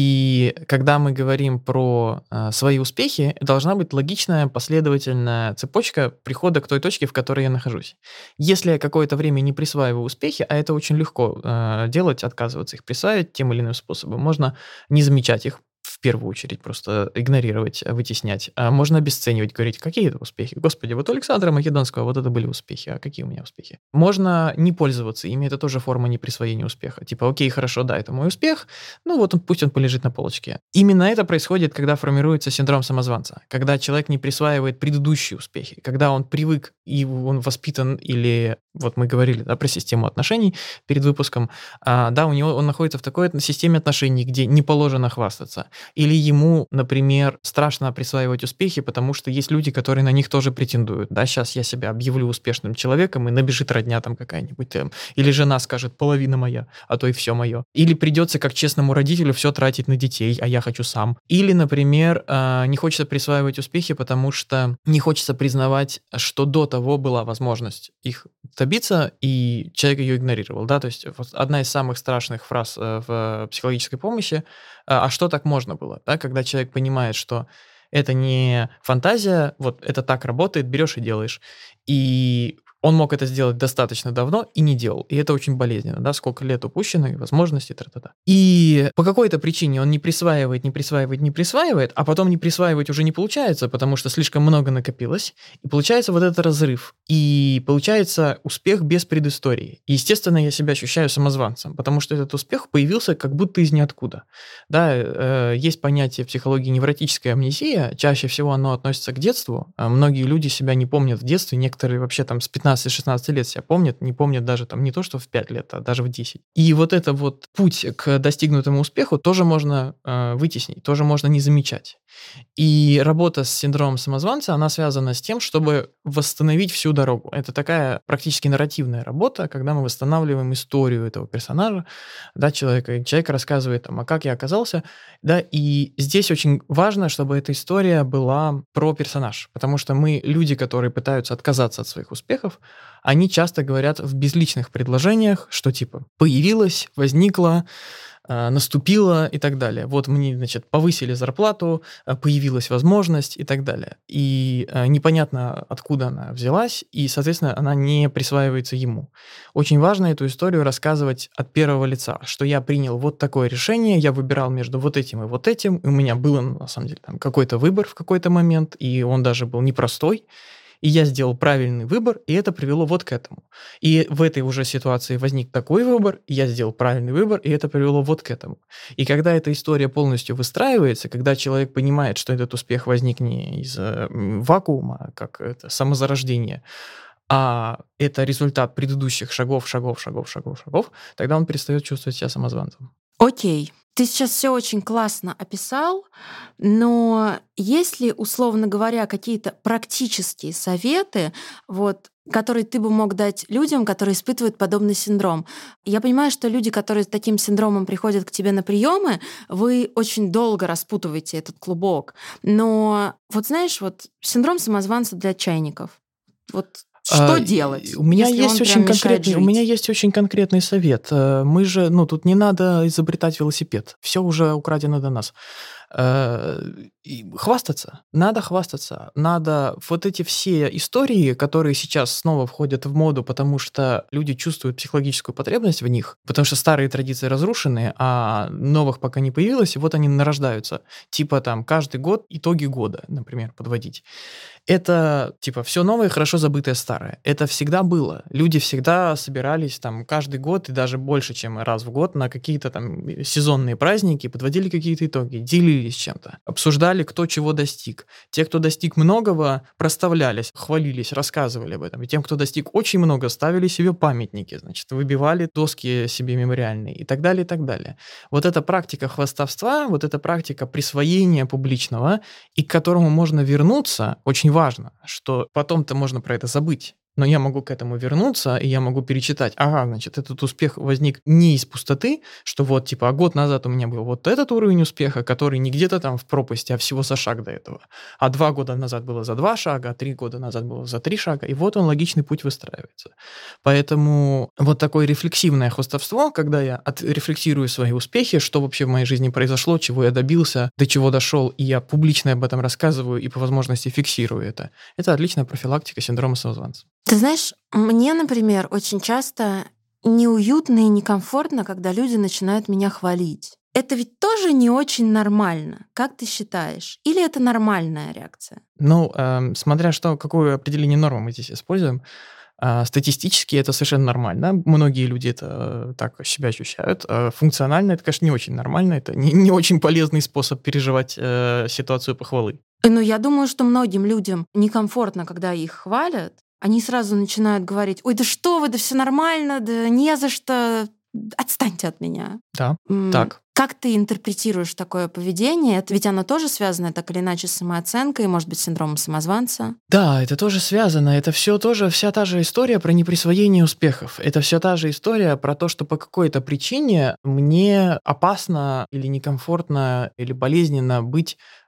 И когда мы говорим про э, свои успехи, должна быть логичная, последовательная цепочка прихода к той точке, в которой я нахожусь. Если я какое-то время не присваиваю успехи, а это очень легко э, делать, отказываться их присваивать тем или иным способом, можно не замечать их, в первую очередь просто игнорировать, вытеснять. А можно обесценивать, говорить, какие это успехи. Господи, вот у Александра Македонского вот это были успехи, а какие у меня успехи? Можно не пользоваться ими, это тоже форма неприсвоения успеха. Типа, окей, хорошо, да, это мой успех, ну вот он, пусть он полежит на полочке. Именно это происходит, когда формируется синдром самозванца, когда человек не присваивает предыдущие успехи, когда он привык и он воспитан, или вот мы говорили, да, про систему отношений перед выпуском, а, да, у него он находится в такой системе отношений, где не положено хвастаться. Или ему, например, страшно присваивать успехи, потому что есть люди, которые на них тоже претендуют. Да, сейчас я себя объявлю успешным человеком, и набежит родня там какая-нибудь. Там. Или жена скажет, половина моя, а то и все мое. Или придется, как честному родителю, все тратить на детей, а я хочу сам. Или, например, не хочется присваивать успехи, потому что не хочется признавать, что до того была возможность их добиться, и человек ее игнорировал. Да? То есть одна из самых страшных фраз в психологической помощи: а что так можно было? Да? Когда человек понимает, что это не фантазия, вот это так работает, берешь и делаешь. И Он мог это сделать достаточно давно и не делал. И это очень болезненно, да, сколько лет упущено, и возможностей, тра-та-та. И по какой-то причине он не присваивает, не присваивает, не присваивает, а потом не присваивать уже не получается, потому что слишком много накопилось. И получается вот этот разрыв. И получается успех без предыстории. И, естественно, я себя ощущаю самозванцем, потому что этот успех появился как будто из ниоткуда. Да, э, есть понятие в психологии невротическая амнезия. Чаще всего оно относится к детству. А многие люди себя не помнят в детстве. Некоторые вообще там с пятнадцати-шестнадцати лет себя помнят. Не помнят даже там не то, что в пять лет, а даже в десять. И вот это вот путь к достигнутому успеху тоже можно э, вытеснить, тоже можно не замечать. И работа с синдромом самозванца, она связана с тем, чтобы восстановить всю дорогу. Это такая практически нарративная работа, когда мы восстанавливаем историю этого персонажа, да, человека. Человек рассказывает, там, а как я оказался, да, и здесь очень важно, чтобы эта история была про персонаж, потому что мы, люди, которые пытаются отказаться от своих успехов, они часто говорят в безличных предложениях, что типа «появилась», «возникла», наступила и так далее. Вот мне, значит, повысили зарплату, появилась возможность и так далее. И непонятно, откуда она взялась, и, соответственно, она не присваивается ему. Очень важно эту историю рассказывать от первого лица, что я принял вот такое решение, я выбирал между вот этим и вот этим, и у меня был, на самом деле, там какой-то выбор в какой-то момент, и он даже был непростой, и я сделал правильный выбор, и это привело вот к этому. И в этой уже ситуации возник такой выбор, и я сделал правильный выбор, и это привело вот к этому. И когда эта история полностью выстраивается, когда человек понимает, что этот успех возник не из э, вакуума, как это самозарождение, а это результат предыдущих шагов, шагов, шагов, шагов, шагов, тогда он перестает чувствовать себя самозванцем. Окей. Ты сейчас все очень классно описал, но есть ли, условно говоря, какие-то практические советы, вот, которые ты бы мог дать людям, которые испытывают подобный синдром? Я понимаю, что люди, которые с таким синдромом приходят к тебе на приемы, вы очень долго распутываете этот клубок. Но вот знаешь, вот синдром самозванца для чайников. Вот что а, делать? У меня есть очень конкретный, у меня есть очень конкретный совет. Мы же, ну, тут не надо изобретать велосипед. Все уже украдено до нас. Хвастаться. Надо хвастаться. Надо вот эти все истории, которые сейчас снова входят в моду, потому что люди чувствуют психологическую потребность в них, потому что старые традиции разрушены, а новых пока не появилось, и вот они нарождаются. Типа там каждый год итоги года, например, подводить. Это типа все новое, хорошо забытое старое. Это всегда было. Люди всегда собирались там каждый год и даже больше, чем раз в год на какие-то там сезонные праздники, подводили какие-то итоги, делились чем-то, обсуждали, кто чего достиг. Те, кто достиг многого, проставлялись, хвалились, рассказывали об этом. И тем, кто достиг очень много, ставили себе памятники, значит, выбивали доски себе мемориальные и так далее, и так далее. Вот эта практика хвастовства, вот эта практика присвоения публичного, и к которому можно вернуться, очень важно, что потом-то можно про это забыть. Но я могу к этому вернуться, и я могу перечитать, ага, значит, этот успех возник не из пустоты, что вот, типа, а год назад у меня был вот этот уровень успеха, который не где-то там в пропасти, а всего за шаг до этого. А два года назад было за два шага, а три года назад было за три шага, и вот он, логичный путь выстраивается. Поэтому вот такое рефлексивное хвастовство, когда я отрефлексирую свои успехи, что вообще в моей жизни произошло, чего я добился, до чего дошел, и я публично об этом рассказываю и по возможности фиксирую это, это отличная профилактика синдрома самозванца. Ты знаешь, мне, например, очень часто неуютно и некомфортно, когда люди начинают меня хвалить. Это ведь тоже не очень нормально, как ты считаешь? Или это нормальная реакция? Ну, э, смотря что, какое определение нормы мы здесь используем, э, статистически это совершенно нормально. Многие люди это э, так себя ощущают. Э, функционально это, конечно, не очень нормально. Это не, не очень полезный способ переживать э, ситуацию похвалы. Ну, я думаю, что многим людям некомфортно, когда их хвалят. Они сразу начинают говорить: ой, да что вы, да все нормально, да не за что, отстаньте от меня. Да, М- так. Как ты интерпретируешь такое поведение? Это ведь оно тоже связано так или иначе с самооценкой, может быть, с синдромом самозванца? Да, это тоже связано. Это все тоже вся та же история про неприсвоение успехов. Это вся та же история про то, что по какой-то причине мне опасно или некомфортно или болезненно быть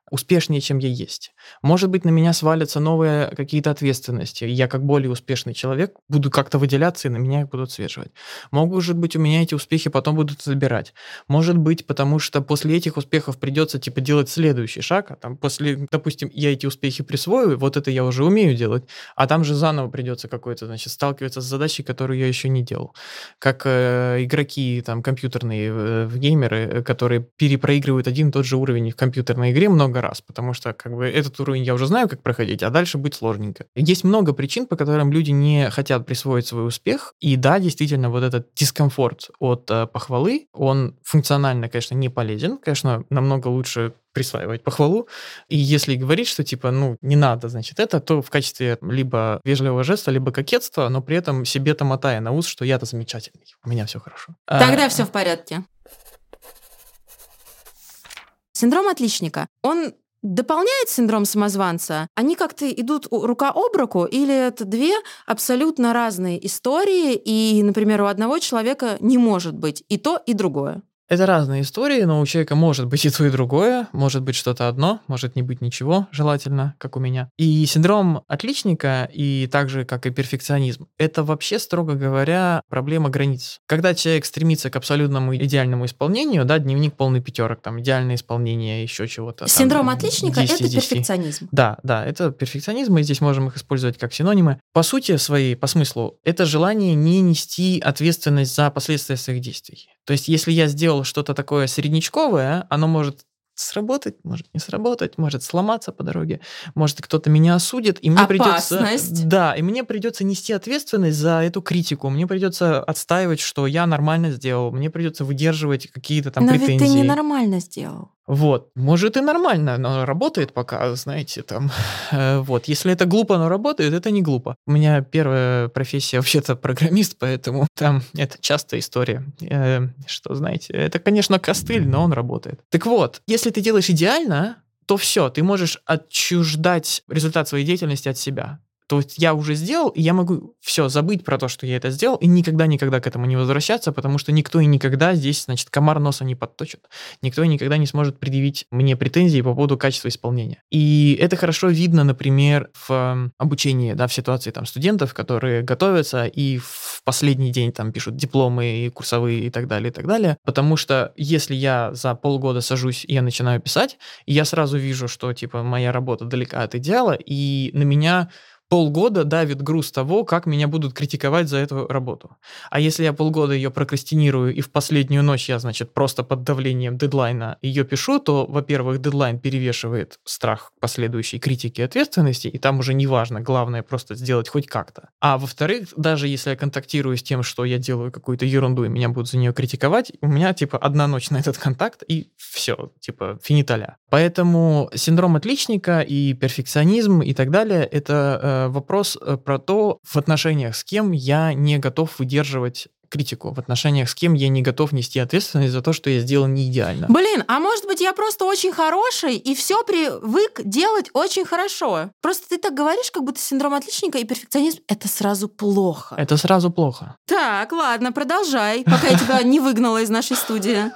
успешнее, чем я есть. Может быть, на меня свалятся новые какие-то ответственности. Я, как более успешный человек, буду как-то выделяться, и на меня их будут свешивать. Может быть, у меня эти успехи потом будут забирать. Может быть, потому что после этих успехов придется типа делать следующий шаг, а там после, допустим, я эти успехи присвою, вот это я уже умею делать, а там же заново придется какой-то, значит, сталкиваться с задачей, которую я еще не делал. Как э, игроки там компьютерные э, геймеры, которые перепроигрывают один и тот же уровень в компьютерной игре много раз, потому что как бы этот уровень я уже знаю, как проходить, а дальше будет сложненько. Есть много причин, по которым люди не хотят присвоить свой успех, и да, действительно, вот этот дискомфорт от э, похвалы, он функционально, конечно, не полезен, конечно, намного лучше присваивать похвалу, и если говорить, что типа, ну, не надо, значит, это, то в качестве либо вежливого жеста, либо кокетства, но при этом себе-то мотая на ус, что я-то замечательный, у меня все хорошо. Тогда а, все в порядке. Синдром отличника, он дополняет синдром самозванца? Они как-то идут рука об руку, или это две абсолютно разные истории, и, например, у одного человека не может быть и то, и другое? Это разные истории, но у человека может быть и то, и другое, может быть что-то одно, может не быть ничего, желательно, как у меня. И синдром отличника, и так же, как и перфекционизм, это вообще, строго говоря, проблема границ. Когда человек стремится к абсолютному идеальному исполнению, да, дневник полный пятерок, там, идеальное исполнение, еще чего-то. Синдром там, отличника — это перфекционизм. Да, да, это перфекционизм, мы здесь можем их использовать как синонимы. По сути своей, по смыслу, это желание не нести ответственность за последствия своих действий. То есть, если я сделал что-то такое среднячковое, оно может сработать, может не сработать, может сломаться по дороге, может кто-то меня осудит, и мне Опасность. придется... Да, и мне придется нести ответственность за эту критику, мне придется отстаивать, что я нормально сделал, мне придется выдерживать какие-то там Но претензии. ведь ты ненормально сделал. Вот, может и нормально, но работает пока, знаете, там, э, вот, если это глупо, но работает, это не глупо. У меня первая профессия вообще-то программист, поэтому там это частая история, э, что, знаете, это, конечно, костыль, но он работает. Так вот, если ты делаешь идеально, то все, ты можешь отчуждать результат своей деятельности от себя. То есть я уже сделал, и я могу все забыть про то, что я это сделал, и никогда-никогда к этому не возвращаться, потому что никто и никогда здесь, значит, комар носа не подточит. Никто и никогда не сможет предъявить мне претензии по поводу качества исполнения. И это хорошо видно, например, в обучении, да, в ситуации там студентов, которые готовятся и в последний день там пишут дипломы и курсовые и так далее, и так далее. Потому что если я за полгода сажусь и я начинаю писать, и я сразу вижу, что типа моя работа далека от идеала, и на меня полгода давит груз того, как меня будут критиковать за эту работу. А если я полгода ее прокрастинирую, и в последнюю ночь я, значит, просто под давлением дедлайна ее пишу, то, во-первых, дедлайн перевешивает страх последующей критики и ответственности, и там уже не важно, главное просто сделать хоть как-то. А во-вторых, даже если я контактирую с тем, что я делаю какую-то ерунду, и меня будут за нее критиковать, у меня, типа, одна ночь на этот контакт, и все, типа, финиталя. Поэтому синдром отличника и перфекционизм и так далее — это э, вопрос про то, в отношениях с кем я не готов выдерживать критику, в отношениях с кем я не готов нести ответственность за то, что я сделал не идеально. Блин, а может быть, я просто очень хороший и все привык делать очень хорошо? Просто ты так говоришь, как будто синдром отличника и перфекционизм — это сразу плохо. Это сразу плохо. Так, ладно, продолжай, пока я тебя не выгнала из нашей студии.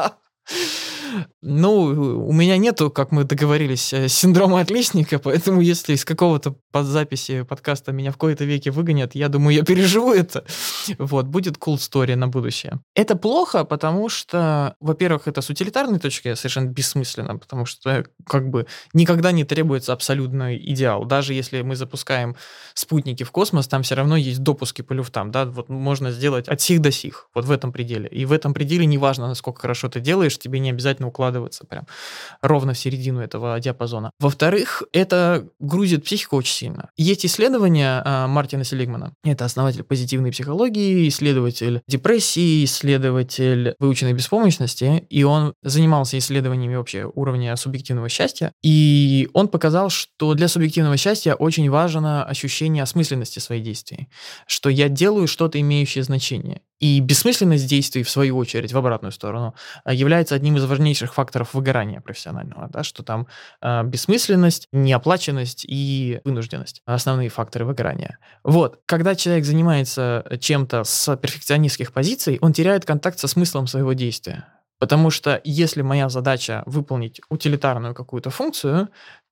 Ну, у меня нету, как мы договорились, синдрома отличника, поэтому если из какого-то под записи подкаста меня в кои-то веки выгонят, я думаю, я переживу это. Вот, будет cool story на будущее. Это плохо, потому что, во-первых, это с утилитарной точки совершенно бессмысленно, потому что как бы никогда не требуется абсолютный идеал. Даже если мы запускаем спутники в космос, там все равно есть допуски по люфтам, да, вот можно сделать от сих до сих, вот в этом пределе. И в этом пределе неважно, насколько хорошо ты делаешь, тебе не обязательно укладываться прям ровно в середину этого диапазона. Во-вторых, это грузит психику очень сильно. Есть исследования а, Мартина Селигмана. Это основатель позитивной психологии, исследователь депрессии, исследователь выученной беспомощности, и он занимался исследованиями вообще уровня субъективного счастья, и он показал, что для субъективного счастья очень важно ощущение осмысленности своих действий, что я делаю что-то, имеющее значение. И бессмысленность действий, в свою очередь, в обратную сторону, является одним из важнейших факторов выгорания профессионального, да, что там э, бессмысленность, неоплаченность и вынужденность – основные факторы выгорания. Вот, когда человек занимается чем-то с перфекционистских позиций, он теряет контакт со смыслом своего действия. Потому что если моя задача выполнить утилитарную какую-то функцию,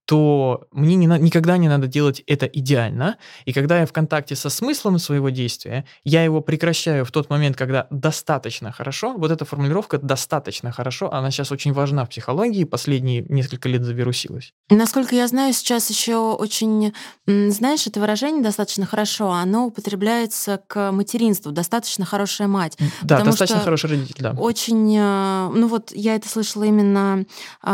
то мне не на- никогда не надо делать это идеально. И когда я в контакте со смыслом своего действия, я его прекращаю в тот момент, когда достаточно хорошо. Вот эта формулировка «достаточно хорошо», она сейчас очень важна в психологии, последние несколько лет завирусилась. Насколько я знаю, сейчас еще очень, м, знаешь, это выражение «достаточно хорошо», оно употребляется к материнству, «достаточно хорошая мать». Да, Потому достаточно что хороший родитель, да. очень, э, ну вот я это слышала именно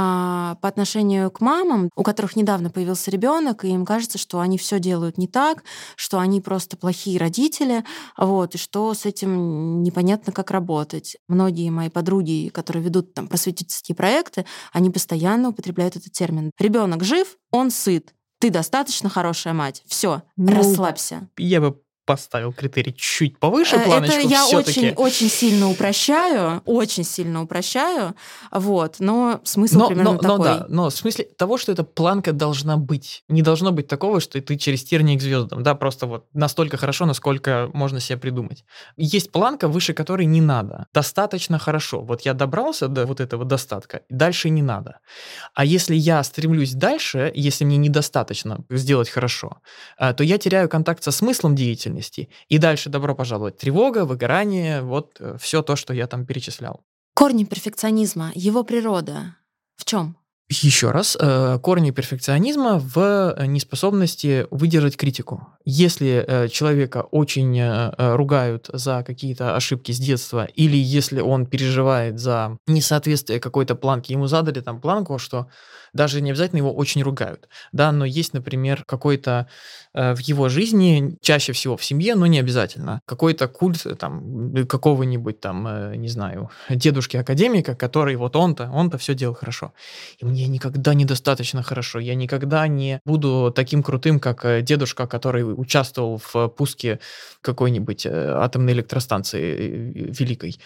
а, по отношению к мамам, у которых недавно появился ребенок, и им кажется, что они все делают не так, что они просто плохие родители, вот, и что с этим непонятно, как работать. Многие мои подруги, которые ведут там просветительские проекты, они постоянно употребляют этот термин. Ребенок жив, он сыт. Ты достаточно хорошая мать. Все, Ну, расслабься. Я бы поставил критерий чуть повыше Э, планочку Это я все-таки. очень, очень сильно упрощаю, очень сильно упрощаю, вот, но смысл Но, примерно но, но такой. да, но в смысле того, что эта планка должна быть. Не должно быть такого, что ты через тернии к звездам, да, просто вот настолько хорошо, насколько можно себе придумать. Есть планка, выше которой не надо. Достаточно хорошо. Вот я добрался до вот этого достатка, дальше не надо. А если я стремлюсь дальше, если мне недостаточно сделать хорошо, э, то я теряю контакт со смыслом деятельности, и дальше добро пожаловать. Тревога, выгорание, вот все то, что я там перечислял. Корни перфекционизма, его природа в чем? Еще раз, э, корни перфекционизма в неспособности выдержать критику. Если э, человека очень э, э, ругают за какие-то ошибки с детства, или если он переживает за несоответствие какой-то планке, ему задали там планку, что даже не обязательно его очень ругают, да, но есть, например, какой-то э, в его жизни, чаще всего в семье, но не обязательно, какой-то культ там какого-нибудь там, э, не знаю, дедушки-академика, который вот он-то, он-то все делал хорошо. И мне никогда недостаточно хорошо. Я никогда не буду таким крутым, как э, дедушка, который участвовал в пуске какой-нибудь э, атомной электростанции э, великой.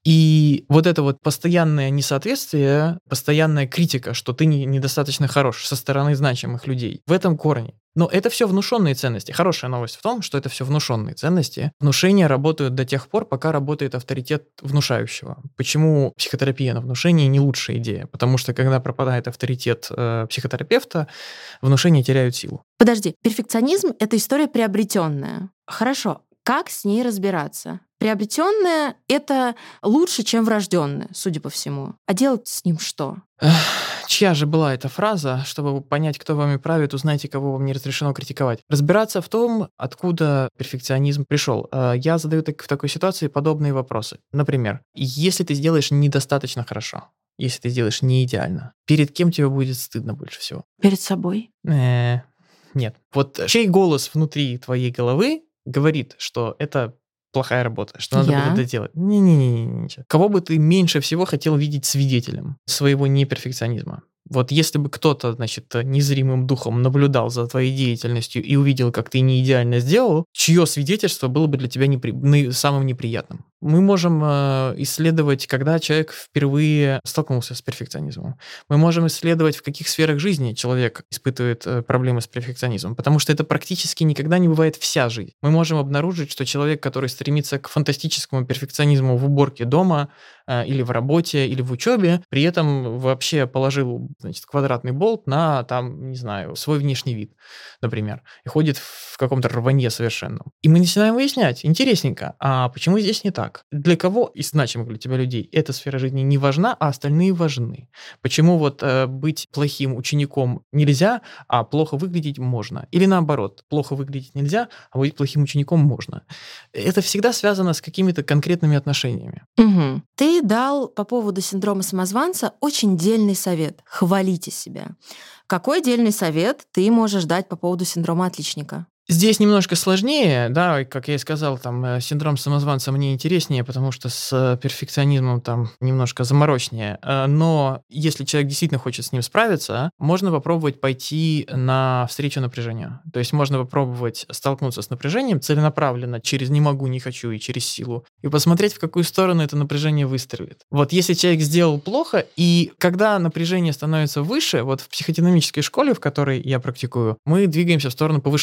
И вот это вот постоянное несоответствие, постоянная критика, что ты не- недостаточно хорош со стороны значимых людей, в этом корне. Но это все внушенные ценности. Хорошая новость в том, что это все внушенные ценности. Внушения работают до тех пор, пока работает авторитет внушающего. Почему психотерапия на внушении не лучшая идея? Потому что когда пропадает авторитет э, психотерапевта, внушения теряют силу. Подожди, перфекционизм — это история приобретенная. Хорошо, как с ней разбираться? Приобретенное — это лучше, чем врожденное, судя по всему. А делать с ним что? Эх, Чья же была эта фраза? Чтобы понять, кто вами правит, узнайте, кого вам не разрешено критиковать. Разбираться в том, откуда перфекционизм пришел. Э, Я задаю так- в такой ситуации подобные вопросы. Например, если ты сделаешь недостаточно хорошо, если ты сделаешь не идеально, перед кем тебе будет стыдно больше всего? Перед собой. Э, Нет. Вот чей голос внутри твоей головы говорит, что это плохая работа, что надо Я. было доделать? Не-не-не. Кого бы ты меньше всего хотел видеть свидетелем своего неперфекционизма? Вот если бы кто-то, значит, незримым духом наблюдал за твоей деятельностью и увидел, как ты не идеально сделал, чье свидетельство было бы для тебя непри- наи- самым неприятным? Мы можем э, исследовать, когда человек впервые столкнулся с перфекционизмом. Мы можем исследовать, в каких сферах жизни человек испытывает э, проблемы с перфекционизмом, потому что это практически никогда не бывает вся жизнь. Мы можем обнаружить, что человек, который стремится к фантастическому перфекционизму в уборке дома э, или в работе, или в учебе, при этом вообще положил, значит, квадратный болт на, там, не знаю, свой внешний вид, например, и ходит в каком-то рванье совершенном. И мы начинаем выяснять, интересненько, а почему здесь не так? Для кого из значимых для тебя людей эта сфера жизни не важна, а остальные важны? Почему вот э, быть плохим учеником нельзя, а плохо выглядеть можно? Или наоборот, плохо выглядеть нельзя, а быть плохим учеником можно? Это всегда связано с какими-то конкретными отношениями. Мгм. Ты дал по поводу синдрома самозванца очень дельный совет. Хвалите себя. Какой дельный совет ты можешь дать по поводу синдрома отличника? Здесь немножко сложнее, да, и, как я и сказал, там э, синдром самозванца мне интереснее, потому что с э, перфекционизмом там немножко заморочнее. Э, Но если человек действительно хочет с ним справиться, можно попробовать пойти на встречу напряжению. То есть можно попробовать столкнуться с напряжением целенаправленно через «не могу, не хочу» и через силу, и посмотреть, в какую сторону это напряжение выстрелит. Вот если человек сделал плохо, и когда напряжение становится выше, вот в психодинамической школе, в которой я практикую, мы двигаемся в сторону повышения напряжения.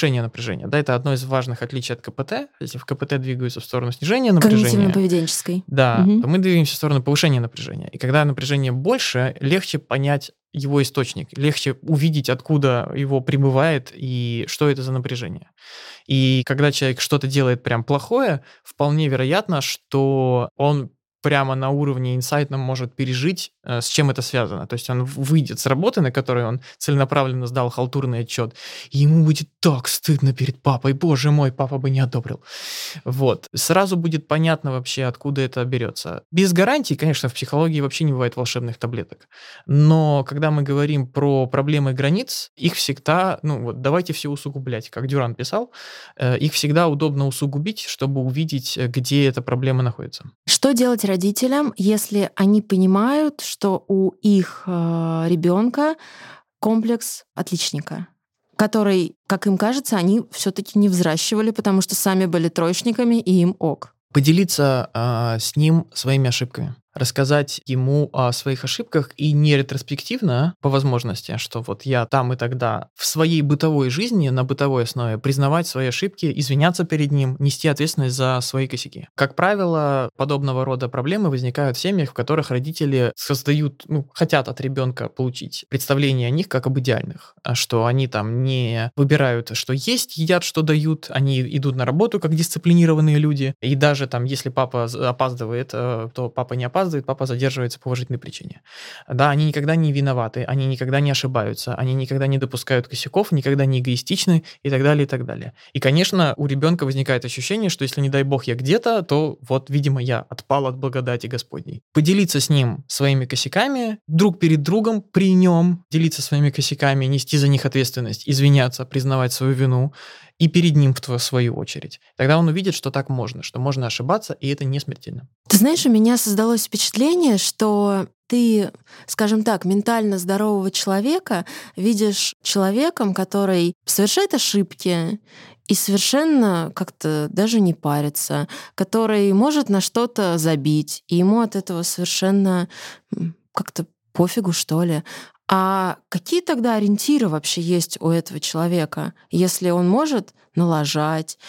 напряжения. Да, это одно из важных отличий от ка пэ тэ. Если в ка пэ тэ двигаются в сторону снижения напряжения, когнитивно-поведенческой. да, Мгм. то мы двигаемся в сторону повышения напряжения. И когда напряжение больше, легче понять его источник, легче увидеть, откуда его прибывает и что это за напряжение. И когда человек что-то делает прям плохое, вполне вероятно, что он прямо на уровне инсайтном может пережить, э, с чем это связано. То есть он в- выйдет с работы, на которой он целенаправленно сдал халтурный отчет, и ему будет так стыдно перед папой. Боже мой, папа бы не одобрил. Вот. Сразу будет понятно вообще, откуда это берется. Без гарантий, конечно, в психологии вообще не бывает волшебных таблеток. Но когда мы говорим про проблемы границ, их всегда, ну вот давайте все усугублять, как Дюран писал, э, их всегда удобно усугубить, чтобы увидеть, э, где эта проблема находится. Что делать родителям, если они понимают, что у их ребенка комплекс отличника, который, как им кажется, они все-таки не взращивали, потому что сами были троечниками, и им ок? Поделиться а, с ним своими ошибками. Рассказать ему о своих ошибках и не ретроспективно, по возможности, что вот я там и тогда в своей бытовой жизни, на бытовой основе, признавать свои ошибки, извиняться перед ним, нести ответственность за свои косяки. Как правило, подобного рода проблемы возникают в семьях, в которых родители создают, ну, хотят от ребенка получить представление о них как об идеальных, а что они там не выбирают, что есть, едят, что дают, они идут на работу как дисциплинированные люди, и даже там, если папа опаздывает, то папа не опаздывает, папа задерживается по уважительной причине. Да, они никогда не виноваты, они никогда не ошибаются, они никогда не допускают косяков, никогда не эгоистичны и так далее, и так далее. И, конечно, у ребенка возникает ощущение, что если, не дай бог, я где-то, то вот, видимо, я отпал от благодати Господней. Поделиться с ним своими косяками, друг перед другом, при нем, делиться своими косяками, нести за них ответственность, извиняться, признавать свою вину, и перед ним в твою свою очередь. Тогда он увидит, что так можно, что можно ошибаться, и это не смертельно. Ты знаешь, у меня создалось впечатление, что ты, скажем так, ментально здорового человека видишь человеком, который совершает ошибки и совершенно как-то даже не парится, который может на что-то забить, и ему от этого совершенно как-то пофигу, что ли. А какие тогда ориентиры вообще есть у этого человека, если он может налажать,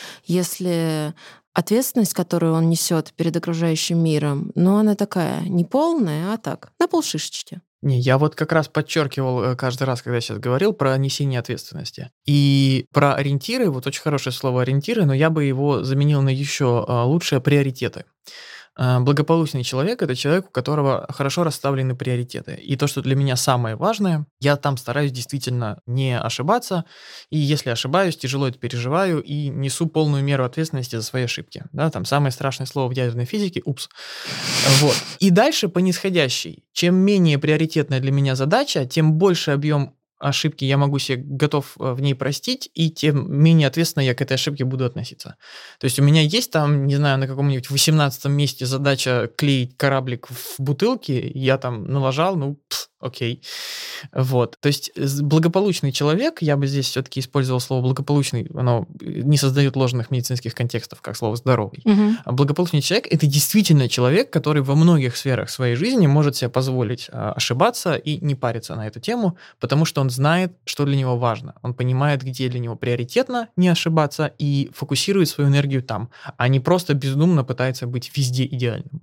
если ответственность, которую он несет перед окружающим миром, но она такая не полная, а так, на полшишечки? Не, я вот как раз подчеркивал каждый раз, когда я сейчас говорил про несение ответственности. И про ориентиры, вот очень хорошее слово ориентиры, но я бы его заменил на еще лучшие приоритеты. Благополучный человек — это человек, у которого хорошо расставлены приоритеты. И то, что для меня самое важное, я там стараюсь действительно не ошибаться, и если ошибаюсь, тяжело это переживаю и несу полную меру ответственности за свои ошибки. Да, там самое страшное слово в ядерной физике — упс. Вот. И дальше по нисходящей. Чем менее приоритетная для меня задача, тем больше объем ошибки я могу себе готов в ней простить, и тем менее ответственно я к этой ошибке буду относиться. То есть у меня есть там, не знаю, на каком-нибудь восемнадцатом месте задача клеить кораблик в бутылке, я там налажал, ну, пф, окей. Вот. То есть благополучный человек, я бы здесь все-таки использовал слово благополучный, оно не создает ложных медицинских контекстов, как слово здоровый. Угу. А благополучный человек — это действительно человек, который во многих сферах своей жизни может себе позволить а, ошибаться и не париться на эту тему, потому что он знает, что для него важно. Он понимает, где для него приоритетно не ошибаться, и фокусирует свою энергию там, а не просто бездумно пытается быть везде идеальным.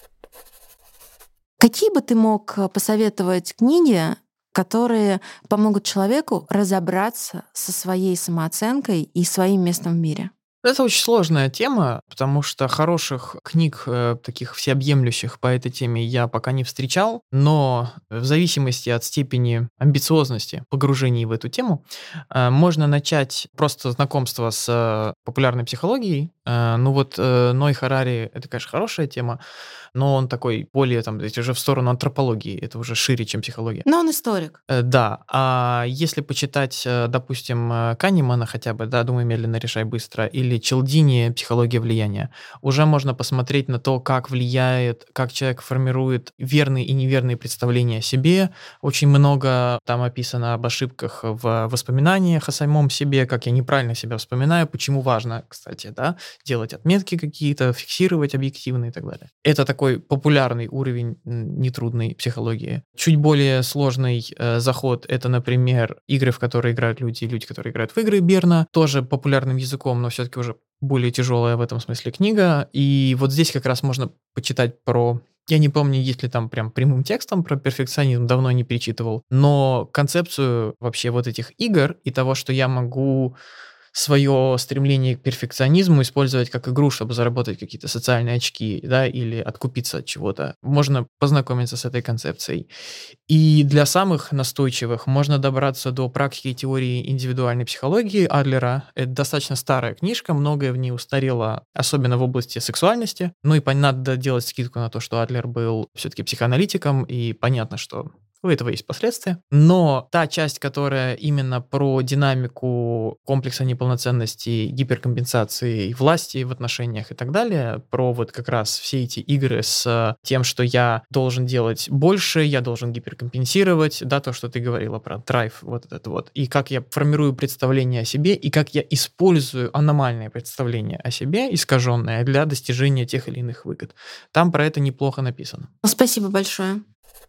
Какие бы ты мог посоветовать книги, которые помогут человеку разобраться со своей самооценкой и своим местом в мире? Это очень сложная тема, потому что хороших книг, э, таких всеобъемлющих по этой теме я пока не встречал, но в зависимости от степени амбициозности погружения в эту тему, э, можно начать просто знакомство с э, популярной психологией. Э, ну вот э, Ной Харари — это, конечно, хорошая тема, но он такой более, там, это уже в сторону антропологии, это уже шире, чем психология. Но он историк. Э, Да, а если почитать, э, допустим, э, Канемана хотя бы, да, «Думай медленно, решай быстро», или Челдини «Психология влияния», уже можно посмотреть на то, как влияет, как человек формирует верные и неверные представления о себе. Очень много там описано об ошибках в воспоминаниях о самом себе, как я неправильно себя вспоминаю, почему важно, кстати, да, делать отметки какие-то, фиксировать объективно и так далее. Это такой популярный уровень нетрудной психологии. Чуть более сложный э, заход — это, например, игры, в которые играют люди, и люди, которые играют в игры Берна, тоже популярным языком, но все-таки уже более тяжелая в этом смысле книга. И вот здесь как раз можно почитать про... Я не помню, есть ли там прям прямым текстом про перфекционизм, давно не перечитывал, но концепцию вообще вот этих игр и того, что я могу свое стремление к перфекционизму использовать как игру, чтобы заработать какие-то социальные очки, да, или откупиться от чего-то. Можно познакомиться с этой концепцией. И для самых настойчивых можно добраться до практики и теории индивидуальной психологии Адлера. Это достаточно старая книжка, многое в ней устарело, особенно в области сексуальности. Ну и надо делать скидку на то, что Адлер был все-таки психоаналитиком, и понятно, что у этого есть последствия. Но та часть, которая именно про динамику комплекса неполноценности, гиперкомпенсации, власти в отношениях и так далее, про вот как раз все эти игры с тем, что я должен делать больше, я должен гиперкомпенсировать, да, то, что ты говорила про драйв, вот этот вот, и как я формирую представление о себе, и как я использую аномальное представление о себе, искаженное, для достижения тех или иных выгод. Там про это неплохо написано. Спасибо большое.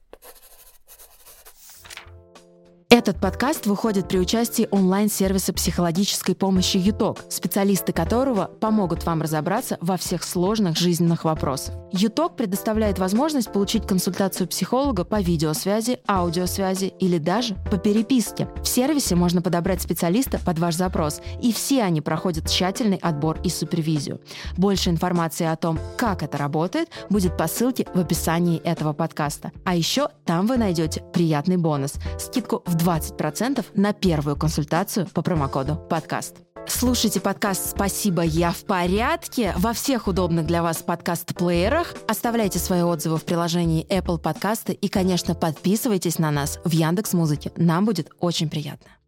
Этот подкаст выходит при участии онлайн-сервиса психологической помощи Юток, специалисты которого помогут вам разобраться во всех сложных жизненных вопросах. Юток предоставляет возможность получить консультацию психолога по видеосвязи, аудиосвязи или даже по переписке. В сервисе можно подобрать специалиста под ваш запрос, и все они проходят тщательный отбор и супервизию. Больше информации о том, как это работает, будет по ссылке в описании этого подкаста. А еще там вы найдете приятный бонус – скидку в двадцать процентов на первую консультацию по промокоду «Подкаст». Слушайте подкаст «Спасибо, я в порядке» во всех удобных для вас подкаст-плеерах. Оставляйте свои отзывы в приложении Apple Подкасты и, конечно, подписывайтесь на нас в Яндекс.Музыке. Нам будет очень приятно.